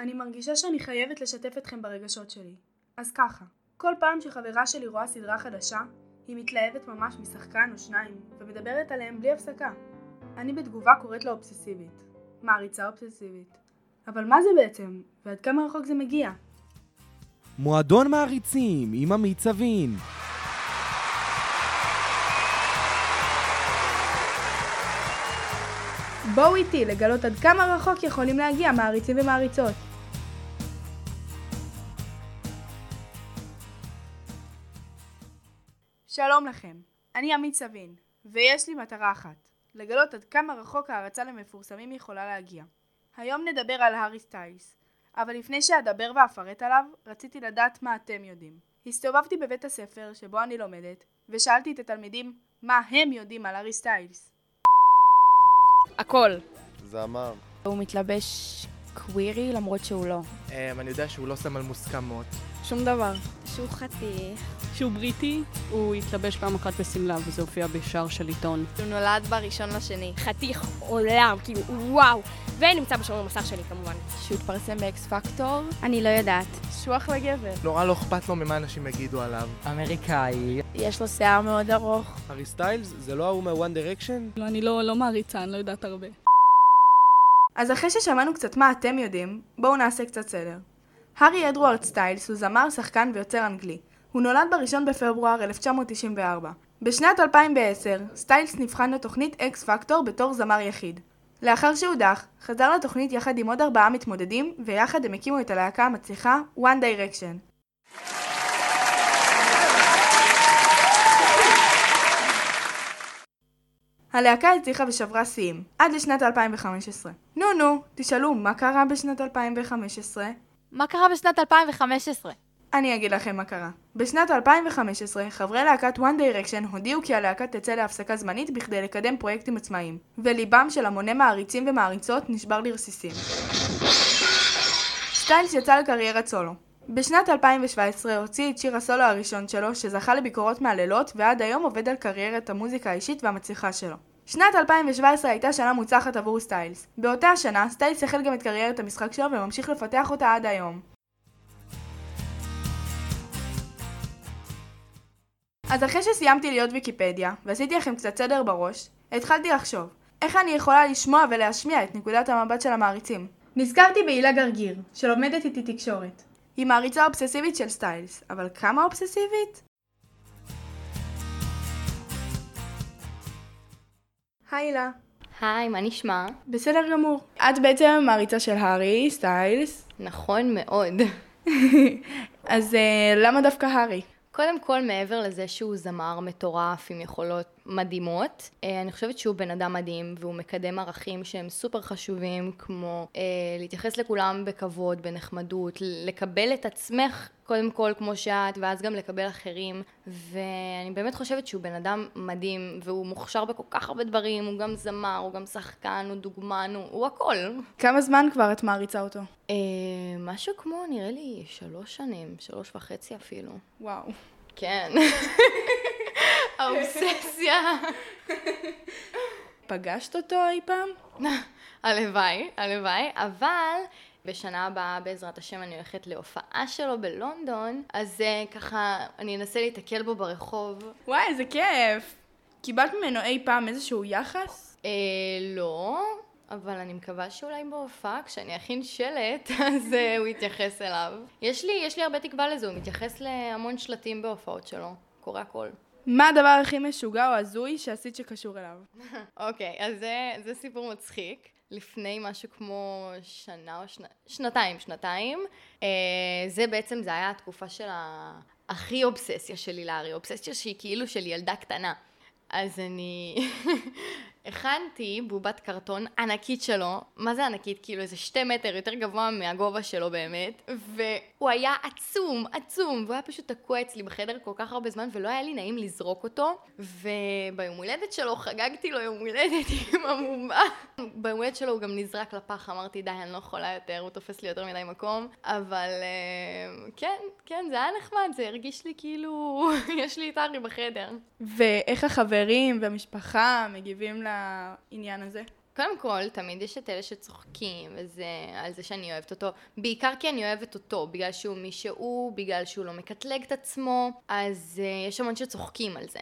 אני מרגישה שאני חייבת לשתף אתכם ברגשות שלי. אז ככה, כל פעם שחברה שלי רואה סדרה חדשה, היא מתלהבת ממש משחקן או שניים, ומדברת עליהם בלי הפסקה. אני בתגובה קוראת לה אובססיבית. מעריצה אובססיבית. אבל מה זה בעצם? ועד כמה רחוק זה מגיע? מועדון מעריצים עם עמית סבין. בואו איתי לגלות עד כמה רחוק יכולים להגיע מעריצים ומעריצות. שלום לכם, אני עמית סבין, ויש לי מטרה אחת, לגלות עד כמה רחוק ההרצה למפורסמים יכולה להגיע. היום נדבר על הארי סטיילס, אבל לפני שאדבר ואפרט עליו, רציתי לדעת מה אתם יודעים. הסתובבתי בבית הספר שבו אני לומדת, ושאלתי את התלמידים מה הם יודעים על הארי סטיילס. הכל. זה אמר. הוא מתלבש קווירי למרות שהוא לא. אני יודע שהוא לא שם על מוסכמות. שום דבר. שהוא חתיך. שהוא בריטי, הוא התלבש פעם אחת בסמלה וזה הופיע בשער של עיתון. הוא נולד בראשון לשני. חתיך עולם, כאילו וואו. ונמצא בשומר המסך שלי כמובן. שהוא התפרסם באקס פקטור. אני לא יודעת. שהוא אחלה גבר. נורא לא אכפת לו ממה אנשים יגידו עליו. אמריקאי. יש לו שיער מאוד ארוך. הארי סטיילס זה לא ההוא מ-One Direction? אני לא מעריצה, אני לא יודעת הרבה. אז אחרי ששמענו קצת מה אתם יודעים, בואו נעשה קצת סדר. הארי אדוארד סטיילס הוא זמר, שחקן ויוצר אנגלי. הוא נולד ב1 בפברואר 1994. בשנת 2010, סטיילס נבחן לתוכנית אקס פקטור בתור זמר יחיד. לאחר שהודח, חזר לתוכנית יחד עם עוד 4 מתמודדים, ויחד הם הקימו את הלהקה המצליחה One Direction. הלהקה הצליחה ושברה שיאים, עד לשנת 2015. נו, תשאלו, מה קרה בשנת 2015? מה קרה בשנת 2015? אני אגיד לכם מה קרה. בשנת 2015, חברי להקת One Direction הודיעו כי הלהקה תצא להפסקה זמנית בכדי לקדם פרויקטים עצמאיים, וליבם של המוני מעריצים ומעריצות נשבר לרסיסים. סטיילס יצא לקריירת סולו. בשנת 2017 הוציא את שיר הסולו הראשון שלו, שזכה לביקורות מהלילות, ועד היום עובד על קריירת המוזיקה האישית והמצליחה שלו. שנת 2017 הייתה שנה מוצלחת עבור סטיילס. באותה השנה, סטיילס החל גם את קריירת המשחק שלו וממשיך לפתח אותה עד היום. אז אחרי שסיימתי להיות ויקיפדיה, ועשיתי לכם קצת סדר בראש, התחלתי לחשוב, איך אני יכולה לשמוע ולהשמיע את נקודת המבט של המעריצים. נזכרתי בהילה גרגיר, שלומדת איתי תקשורת. היא מעריצה אובססיבית של סטיילס, אבל כמה אובססיבית? היי הילה. היי, מה נשמע? בסדר גמור. את בעצם מעריצה של הארי סטיילס. נכון מאוד. אז למה דווקא הארי? קודם כל, מעבר לזה שהוא זמר מטורף עם יכולות מדהימות, אני חושבת שהוא בן אדם מדהים והוא מקדם ערכים שהם סופר חשובים, כמו להתייחס לכולם בכבוד, בנחמדות, לקבל את עצמך קודם כל כמו שאת, ואז גם לקבל אחרים, ואני באמת חושבת שהוא בן אדם מדהים, והוא מוכשר בכל כך הרבה דברים, הוא גם זמר, הוא גם שחקן, הוא דוגמן, הוא הכל. כמה זמן כבר את מעריצה אותו? משהו כמו, נראה לי, 3 שנים, 3.5 אפילו. וואו. כן. האובססיה. פגשת אותו אי פעם? הלוואי, אבל בשנה הבאה בעזרת השם אני הולכת להופעה שלו בלונדון, אז ככה אני אנסה להתקל בו ברחוב. וואי, איזה כיף. קיבלת ממנו אי פעם איזשהו יחס? לא, אבל אני מקווה שאולי בהופעה, כשאני אכין שלט, אז הוא יתייחס אליו. יש לי הרבה תקווה לזה, הוא מתייחס להמון שלטים בהופעות שלו, קורא הכל. מה הדבר הכי משוגע או הזוי שעשית שקשור אליו? אוקיי, אז זה סיפור מצחיק. לפני משהו כמו שנה או שנתיים. זה בעצם, זה היה התקופה של הכי אובססיה שלי להארי, אובססיה שהיא כאילו של ילדה קטנה. אז אני הכנתי בובת קרטון ענקית שלו, מה זה ענקית? כאילו איזה 2 מטר יותר גבוה מהגובה שלו באמת, והוא היה עצום, והוא היה פשוט תקוע אצלי בחדר כל כך הרבה זמן, ולא היה לי נעים לזרוק אותו, וביום הולדת שלו חגגתי לו יום הולדת עם המומה. ביום הולדת שלו הוא גם נזרק לפח, אמרתי די, אני לא יכולה יותר, הוא תופס לי יותר מדי מקום, אבל כן, זה היה נחמד, זה הרגיש לי כאילו יש לי את הארי בחדר. ואיך החברים והמשפחה מגיבים לעניין הזה? קודם כל, תמיד יש את אלה שצוחקים, וזה על זה שאני אוהבת אותו, בעיקר כי אני אוהבת אותו, בגלל שהוא מי שהוא, בגלל שהוא לא מקטלג את עצמו, אז יש המון שצוחקים על זה.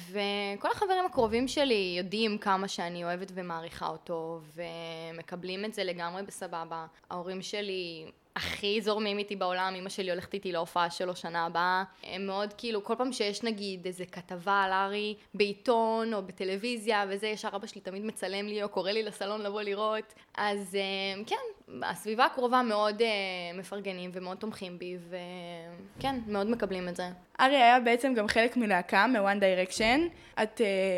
וכל החברים הקרובים שלי יודעים כמה שאני אוהבת ומעריכה אותו, ומקבלים את זה לגמרי בסבבה. ההורים שלי הכי זורמים איתי בעולם, אמא שלי הולכת איתי להופעה שלו שנה הבאה. הם מאוד כאילו, כל פעם שיש נגיד איזה כתבה על הארי בעיתון או בטלוויזיה וזה, ישר אבא שלי תמיד מצלם לי או קורא לי לסלון לבוא לראות. אז כן, הסביבה הקרובה מאוד מפרגנים ומאוד תומכים בי, וכן, מאוד מקבלים את זה. ארי היה בעצם גם חלק מלהקה, מ-One Direction. את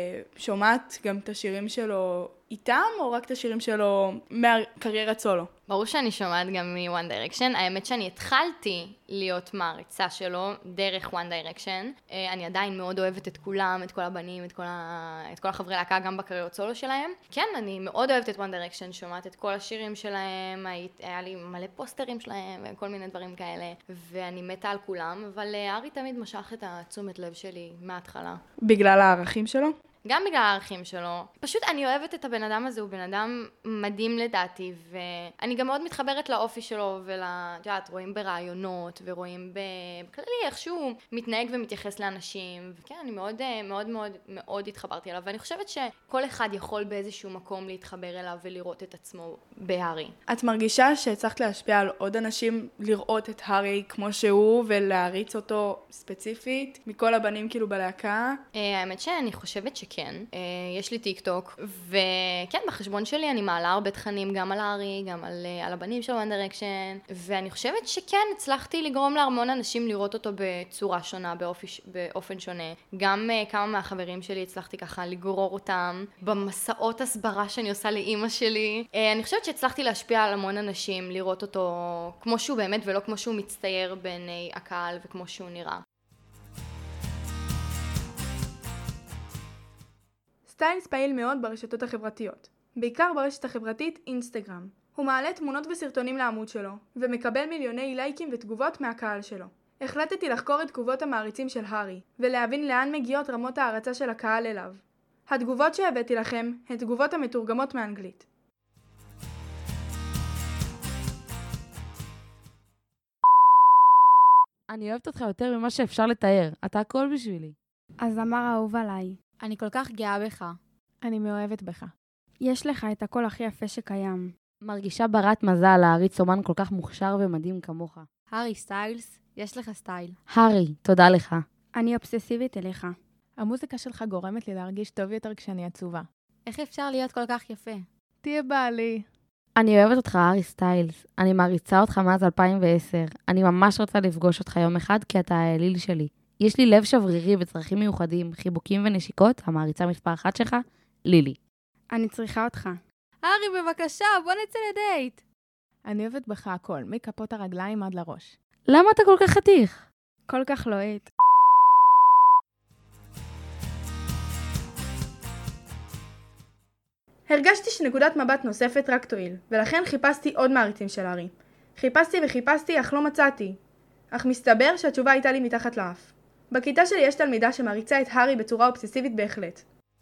שומעת גם את השירים שלו איתם, או רק את השירים שלו מהקריירת סולו? ברור שאני שומעת גם מ-One Direction. האמת שאני התחלתי להיות מעריצה שלו דרך One Direction. אני עדיין מאוד אוהבת את כולם, את כל הבנים, את כל החברי להקה, גם בקריירות סולו שלהם. כן, אני מאוד אוהבת את One Direction, שומעת את כל השירים שלהם, היה לי מלא פוסטרים שלהם וכל מיני דברים כאלה, ואני מתה על כולם, אבל ארי תמיד משך את התשומת לב שלי מההתחלה. בגלל הערכים שלו? גם בגלל הערכים שלו. פשוט אני אוהבת את הבן אדם הזה, הוא בן אדם מדהים לדעתי, ואני גם מאוד מתחברת לאופי שלו, יודעת, רואים ברעיונות, ורואים בכללי איך שהוא מתנהג ומתייחס לאנשים, וכן, אני מאוד מאוד מאוד מאוד התחברתי אליו, ואני חושבת שכל אחד יכול באיזשהו מקום להתחבר אליו ולראות את עצמו בהארי. את מרגישה שהצלחת להשפיע על עוד אנשים לראות את הארי כמו שהוא, ולהריץ אותו ספציפית, מכל הבנים כאילו בלהקה? האמת שאני חושבת כן, יש לי טיק טוק, וכן, בחשבון שלי אני מעלה הרבה תכנים, גם על הארי, גם על הבנים של One Direction, ואני חושבת שכן, הצלחתי לגרום להרמון אנשים לראות אותו בצורה שונה, באופן שונה. גם כמה מהחברים שלי הצלחתי ככה לגרור אותם, במסעות הסברה שאני עושה לאמא שלי. אני חושבת שהצלחתי להשפיע על המון אנשים, לראות אותו כמו שהוא באמת, ולא כמו שהוא מצטייר בעיני הקהל, וכמו שהוא נראה. סטיילס פעיל מאוד ברשתות החברתיות, בעיקר ברשת החברתית אינסטגרם. הוא מעלה תמונות וסרטונים לעמוד שלו, ומקבל מיליוני לייקים ותגובות מהקהל שלו. החלטתי לחקור את תגובות המעריצים של הארי, ולהבין לאן מגיעות רמות ההערצה של הקהל אליו. התגובות שהבאתי לכם הן תגובות המתורגמות מאנגלית. אני אוהבת אותך יותר ממה שאפשר לתאר. אתה הכל בשבילי. הזמר האהוב עליי. אני כל כך גאה בך. אני מאוהבת בך. יש לך את הקול הכי יפה שקיים. מרגישה ברת מזל להריץ אומן כל כך מוכשר ומדהים כמוך. הארי סטיילס, יש לך סטייל. הארי, תודה לך. אני אובססיבית אליך. המוזיקה שלך גורמת לי להרגיש טוב יותר כשאני עצובה. איך אפשר להיות כל כך יפה? תהיה בעלי. אני אוהבת אותך, הארי סטיילס. אני מעריצה אותך מאז 2010. אני ממש רוצה לפגוש אותך יום אחד כי אתה האליל שלי. יש לי לב שברירי וצרכים מיוחדים, חיבוקים ונשיקות, המעריצה מספר 1 שלך, לילי. אני צריכה אותך. הארי, בבקשה, בוא נצא לדייט. אני אוהבת בך הכל, מכפות הרגליים עד לראש. למה אתה כל כך חתיך? כל כך לוהט. הרגשתי שנקודת מבט נוספת רק תועיל, ולכן חיפשתי עוד מעריצים של הארי. חיפשתי וחיפשתי, אך לא מצאתי. אך מסתבר שהתשובה הייתה לי מתחת לאף. בכיתה שלי יש תלמידה שמעריצה את הארי בצורה אובססיבית בהחלט.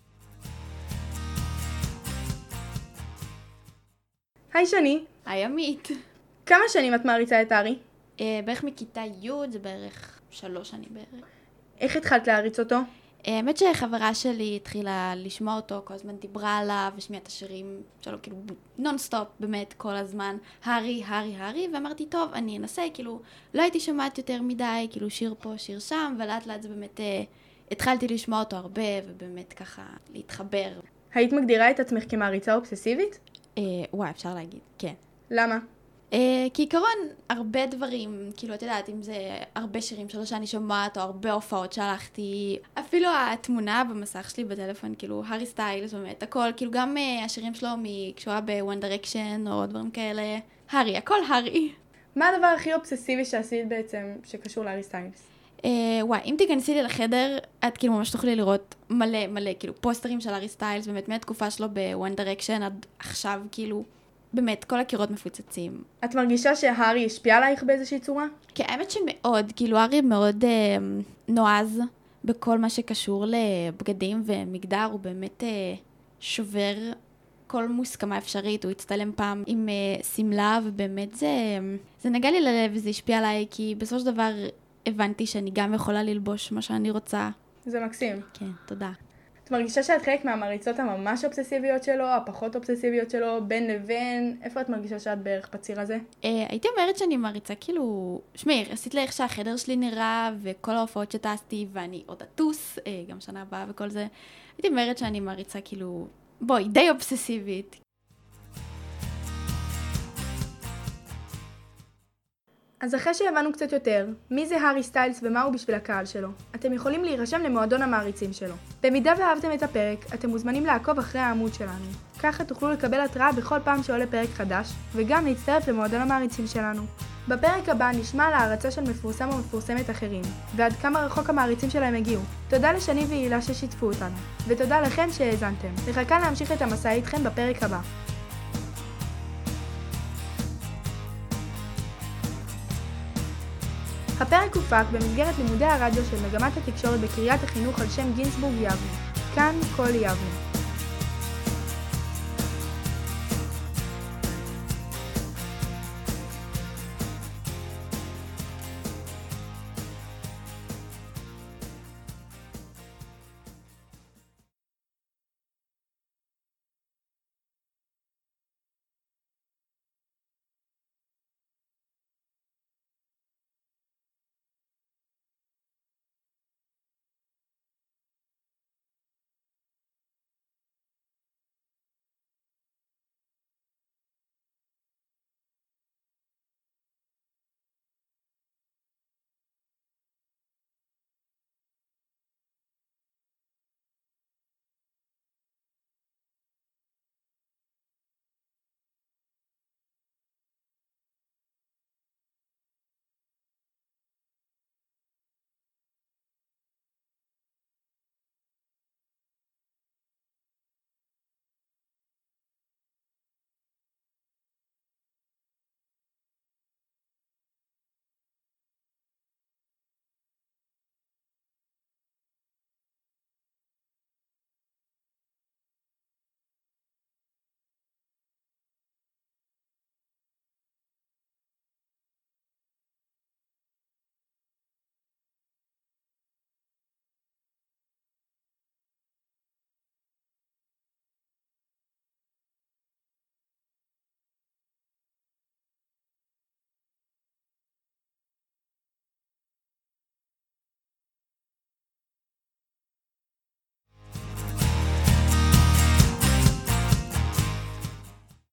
היי שני. היי עמית. כמה שנים את מעריצה את הארי? בערך מכיתה י' זה בערך 3 שנים בערך. איך התחלת להריץ אותו? האמת שחברה שלי התחילה לשמוע אותו, כל הזמן דיברה עליו, ושמיעה את השירים שלו כאילו נונסטופ באמת כל הזמן, הארי, הארי, הארי, ואמרתי טוב, אני אנסה, כאילו לא הייתי שומעת יותר מדי, כאילו שיר פה, שיר שם, ולאט לאט זה באמת, התחלתי לשמוע אותו הרבה, ובאמת ככה להתחבר. היית מגדירה את עצמך כמעריצה אובססיבית? וואי, אפשר להגיד, כן. למה? כעיקרון, הרבה דברים, כאילו, את יודעת, אם זה הרבה שירים שלו שאני שומעת, או הרבה הופעות שהלכתי, אפילו התמונה במסך שלי בטלפון, כאילו, הארי סטיילס, באמת, הכל, כאילו, גם השירים שלו כשהוא היה ב-One Direction, או דברים כאלה, הארי, הכל הארי. מה הדבר הכי אובססיבי שעשית בעצם, שקשור להארי סטיילס? וואי, אם תיכנסי לי לחדר, את כאילו ממש תוכלי לראות מלא, מלא, כאילו, פוסטרים של הארי סטיילס, באמת, מהתקופה שלו ב-One Direction, עד עכשיו, כאילו, באמת, כל הקירות מפוצצים. את מרגישה שהארי השפיע עלייך באיזושהי צורה? כן, האמת שמאוד, כאילו, הארי מאוד נועז בכל מה שקשור לבגדים ומגדר, הוא באמת שובר כל מוסכמה אפשרית, הוא הצטלם פעם עם סמלה, ובאמת זה נגע לי ללב וזה השפיע עליי, כי בסופו של דבר הבנתי שאני גם יכולה ללבוש מה שאני רוצה. זה מקסים. כן, תודה. את מרגישה שאת חלק מהמריצות הממש אובססיביות שלו, הפחות אובססיביות שלו, בין לבין? איפה את מרגישה שאת בערך בציר הזה? הייתי אומרת שאני מריצה כאילו... שמי, עשית לאיך שהחדר שלי נראה, וכל ההופעות שטסתי, ואני עוד אטוס, גם שנה הבאה וכל זה. הייתי אומרת שאני מריצה כאילו... בואי, די אובססיבית. אז אחרי שהבנו קצת יותר, מי זה הארי סטיילס ומה הוא בשביל הקהל שלו, אתם יכולים להירשם למועדון המעריצים שלו. במידה ואהבתם את הפרק, אתם מוזמנים לעקוב אחרי העמוד שלנו. ככה תוכלו לקבל התראה בכל פעם שעולה פרק חדש, וגם להצטרף למועדון המעריצים שלנו. בפרק הבא נשמע על ההרצה של מפורסם או מפורסמת אחרים, ועד כמה רחוק המעריצים שלהם הגיעו. תודה לשני והילה ששיתפו אותנו, ותודה לכם שהאזנתם. נחכה להמשיך את המסע איתכם בפרק הבא. הפרק הופק במסגרת לימודי הרדיו של מגמת התקשורת בקריית החינוך על שם גינסבורג יבנה. כאן כל יבנה.